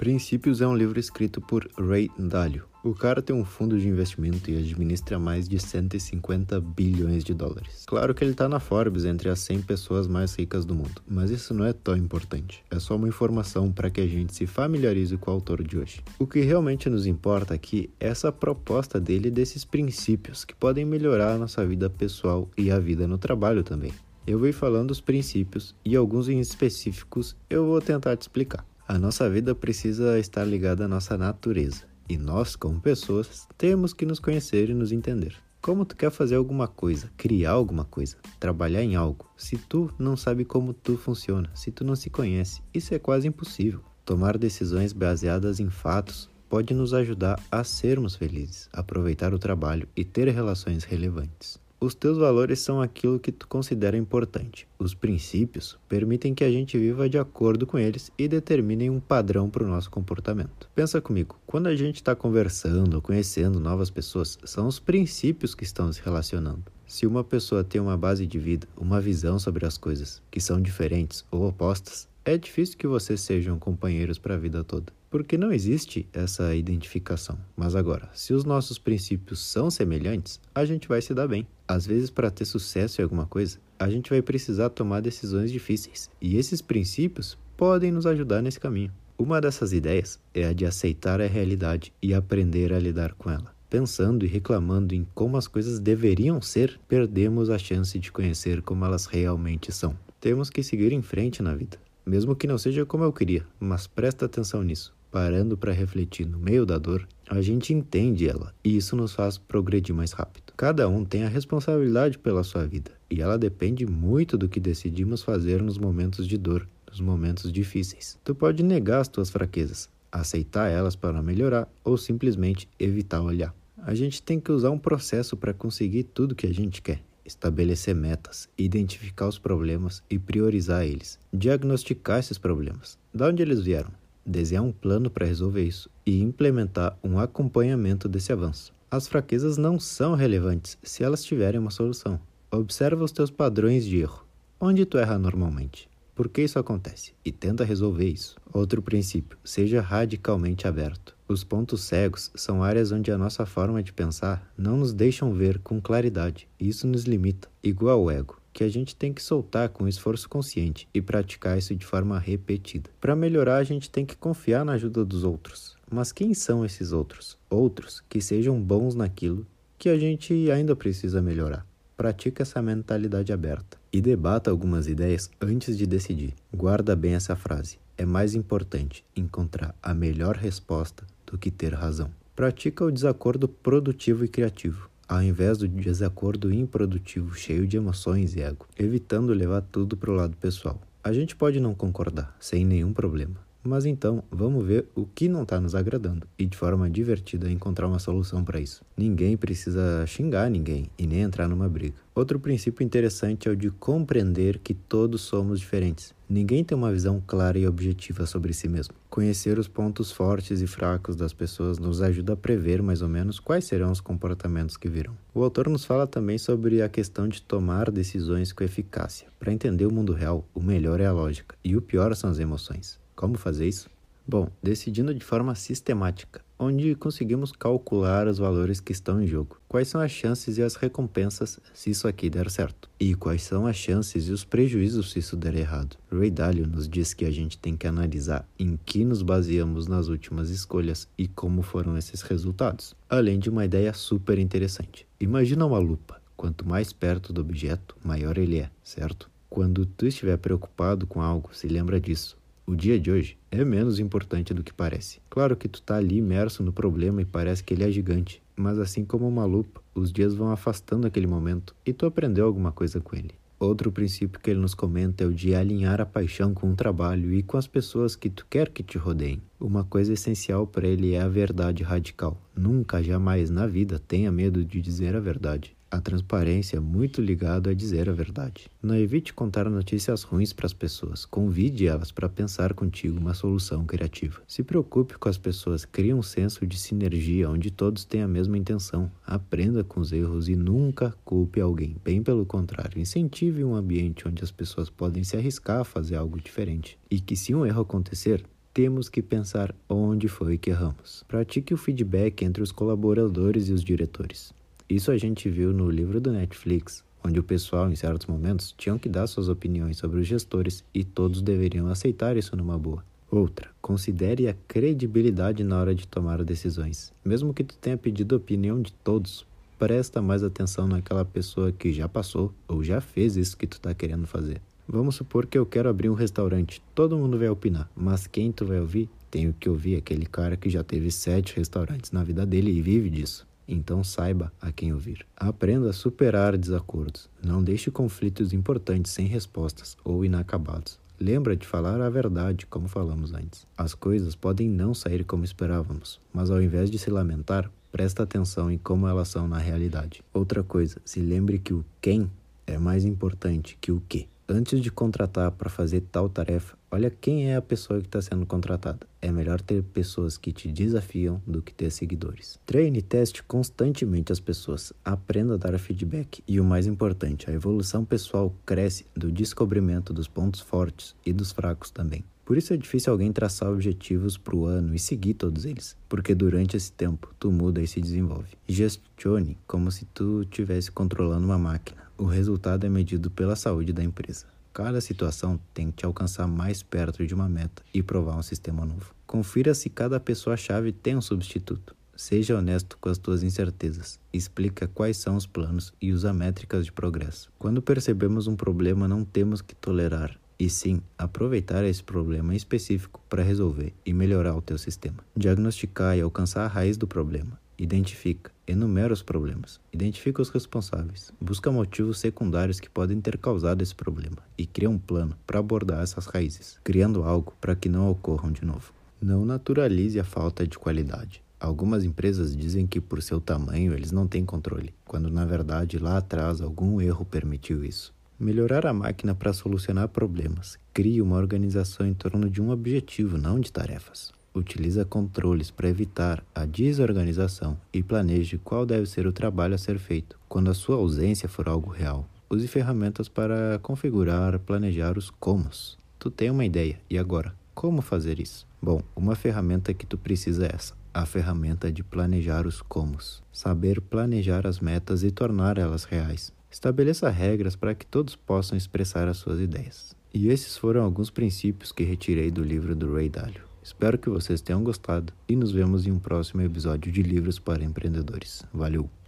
Princípios é um livro escrito por Ray Dalio. O cara tem um fundo de investimento e administra mais de 150 bilhões de dólares. Claro que ele tá na Forbes entre as 100 pessoas mais ricas do mundo, mas isso não é tão importante. É só uma informação para que a gente se familiarize com o autor de hoje. O que realmente nos importa aqui é essa proposta dele desses princípios que podem melhorar a nossa vida pessoal e a vida no trabalho também. Eu vou ir falando os princípios e alguns em específicos eu vou tentar te explicar. A nossa vida precisa estar ligada à nossa natureza. E nós, como pessoas, temos que nos conhecer e nos entender. Como tu quer fazer alguma coisa, criar alguma coisa, trabalhar em algo, se tu não sabe como tu funciona, se tu não se conhece, isso é quase impossível. Tomar decisões baseadas em fatos pode nos ajudar a sermos felizes, aproveitar o trabalho e ter relações relevantes. Os teus valores são aquilo que tu considera importante. Os princípios permitem que a gente viva de acordo com eles e determinem um padrão para o nosso comportamento. Pensa comigo, quando a gente está conversando ou conhecendo novas pessoas, são os princípios que estão se relacionando. Se uma pessoa tem uma base de vida, uma visão sobre as coisas que são diferentes ou opostas, é difícil que vocês sejam companheiros para a vida toda, porque não existe essa identificação. Mas agora, se os nossos princípios são semelhantes, a gente vai se dar bem. Às vezes, para ter sucesso em alguma coisa, a gente vai precisar tomar decisões difíceis, e esses princípios podem nos ajudar nesse caminho. Uma dessas ideias é a de aceitar a realidade e aprender a lidar com ela. Pensando e reclamando em como as coisas deveriam ser, perdemos a chance de conhecer como elas realmente são. Temos que seguir em frente na vida. Mesmo que não seja como eu queria, mas presta atenção nisso. Parando para refletir no meio da dor, a gente entende ela e isso nos faz progredir mais rápido. Cada um tem a responsabilidade pela sua vida e ela depende muito do que decidimos fazer nos momentos de dor, nos momentos difíceis. Tu pode negar as tuas fraquezas, aceitar elas para melhorar ou simplesmente evitar olhar. A gente tem que usar um processo para conseguir tudo que a gente quer. Estabelecer metas, identificar os problemas e priorizar eles. Diagnosticar esses problemas. De onde eles vieram? Desenhar um plano para resolver isso e implementar um acompanhamento desse avanço. As fraquezas não são relevantes se elas tiverem uma solução. Observa os teus padrões de erro. Onde tu erra normalmente? Por que isso acontece? E tenta resolver isso. Outro princípio, seja radicalmente aberto. Os pontos cegos são áreas onde a nossa forma de pensar não nos deixam ver com claridade. Isso nos limita, igual ao ego, que a gente tem que soltar com esforço consciente e praticar isso de forma repetida. Para melhorar, a gente tem que confiar na ajuda dos outros. Mas quem são esses outros? Outros que sejam bons naquilo que a gente ainda precisa melhorar. Pratica essa mentalidade aberta e debata algumas ideias antes de decidir. Guarda bem essa frase. É mais importante encontrar a melhor resposta do que ter razão. Pratica o desacordo produtivo e criativo, ao invés do desacordo improdutivo cheio de emoções e ego, evitando levar tudo para o lado pessoal. A gente pode não concordar, sem nenhum problema. Mas então, vamos ver o que não está nos agradando e de forma divertida encontrar uma solução para isso. Ninguém precisa xingar ninguém e nem entrar numa briga. Outro princípio interessante é o de compreender que todos somos diferentes. Ninguém tem uma visão clara e objetiva sobre si mesmo. Conhecer os pontos fortes e fracos das pessoas nos ajuda a prever mais ou menos quais serão os comportamentos que virão. O autor nos fala também sobre a questão de tomar decisões com eficácia. Para entender o mundo real, o melhor é a lógica e o pior são as emoções. Como fazer isso? Bom, decidindo de forma sistemática, onde conseguimos calcular os valores que estão em jogo. Quais são as chances e as recompensas se isso aqui der certo? E quais são as chances e os prejuízos se isso der errado? Ray Dalio nos diz que a gente tem que analisar em que nos baseamos nas últimas escolhas e como foram esses resultados. Além de uma ideia super interessante. Imagina uma lupa. Quanto mais perto do objeto, maior ele é, certo? Quando tu estiver preocupado com algo, se lembra disso. O dia de hoje é menos importante do que parece. Claro que tu tá ali imerso no problema e parece que ele é gigante, mas assim como uma lupa, os dias vão afastando aquele momento e tu aprendeu alguma coisa com ele. Outro princípio que ele nos comenta é o de alinhar a paixão com o trabalho e com as pessoas que tu quer que te rodeiem. Uma coisa essencial para ele é a verdade radical. Nunca, jamais na vida tenha medo de dizer a verdade. A transparência é muito ligada a dizer a verdade. Não evite contar notícias ruins para as pessoas. Convide elas para pensar contigo uma solução criativa. Se preocupe com as pessoas. Crie um senso de sinergia onde todos têm a mesma intenção. Aprenda com os erros e nunca culpe alguém. Bem pelo contrário, incentive um ambiente onde as pessoas podem se arriscar a fazer algo diferente. E que se um erro acontecer, temos que pensar onde foi que erramos. Pratique o feedback entre os colaboradores e os diretores. Isso a gente viu no livro do Netflix, onde o pessoal, em certos momentos, tinham que dar suas opiniões sobre os gestores e todos deveriam aceitar isso numa boa. Outra, considere a credibilidade na hora de tomar decisões. Mesmo que tu tenha pedido a opinião de todos, presta mais atenção naquela pessoa que já passou ou já fez isso que tu tá querendo fazer. Vamos supor que eu quero abrir um restaurante. Todo mundo vai opinar, mas quem tu vai ouvir? Tenho que ouvir aquele cara que já teve 7 restaurantes na vida dele e vive disso. Então saiba a quem ouvir. Aprenda a superar desacordos. Não deixe conflitos importantes sem respostas ou inacabados. Lembra de falar a verdade, como falamos antes. As coisas podem não sair como esperávamos, mas ao invés de se lamentar, presta atenção em como elas são na realidade. Outra coisa, se lembre que o quem é mais importante que o que. Antes de contratar para fazer tal tarefa, olha quem é a pessoa que está sendo contratada. É melhor ter pessoas que te desafiam do que ter seguidores. Treine e teste constantemente as pessoas. Aprenda a dar feedback. E o mais importante, a evolução pessoal cresce do descobrimento dos pontos fortes e dos fracos também. Por isso é difícil alguém traçar objetivos para o ano e seguir todos eles, porque durante esse tempo tu muda e se desenvolve. Gestione como se tu estivesse controlando uma máquina. O resultado é medido pela saúde da empresa. Cada situação tem que te alcançar mais perto de uma meta e provar um sistema novo. Confira se cada pessoa-chave tem um substituto. Seja honesto com as tuas incertezas. Explica quais são os planos e usa métricas de progresso. Quando percebemos um problema, não temos que tolerar, e sim aproveitar esse problema específico para resolver e melhorar o teu sistema. Diagnosticar e alcançar a raiz do problema. Identifica, enumera os problemas, identifica os responsáveis, busca motivos secundários que podem ter causado esse problema e cria um plano para abordar essas raízes, criando algo para que não ocorram de novo. Não naturalize a falta de qualidade. Algumas empresas dizem que por seu tamanho eles não têm controle, quando na verdade lá atrás algum erro permitiu isso. Melhorar a máquina para solucionar problemas. Crie uma organização em torno de um objetivo, não de tarefas. Utiliza controles para evitar a desorganização e planeje qual deve ser o trabalho a ser feito quando a sua ausência for algo real. Use ferramentas para configurar, planejar os comos. Tu tem uma ideia, e agora? Como fazer isso? Bom, uma ferramenta que tu precisa é essa, a ferramenta de planejar os comos. Saber planejar as metas e tornar elas reais. Estabeleça regras para que todos possam expressar as suas ideias. E esses foram alguns princípios que retirei do livro do Ray Dalio. Espero que vocês tenham gostado e nos vemos em um próximo episódio de Livros para Empreendedores. Valeu!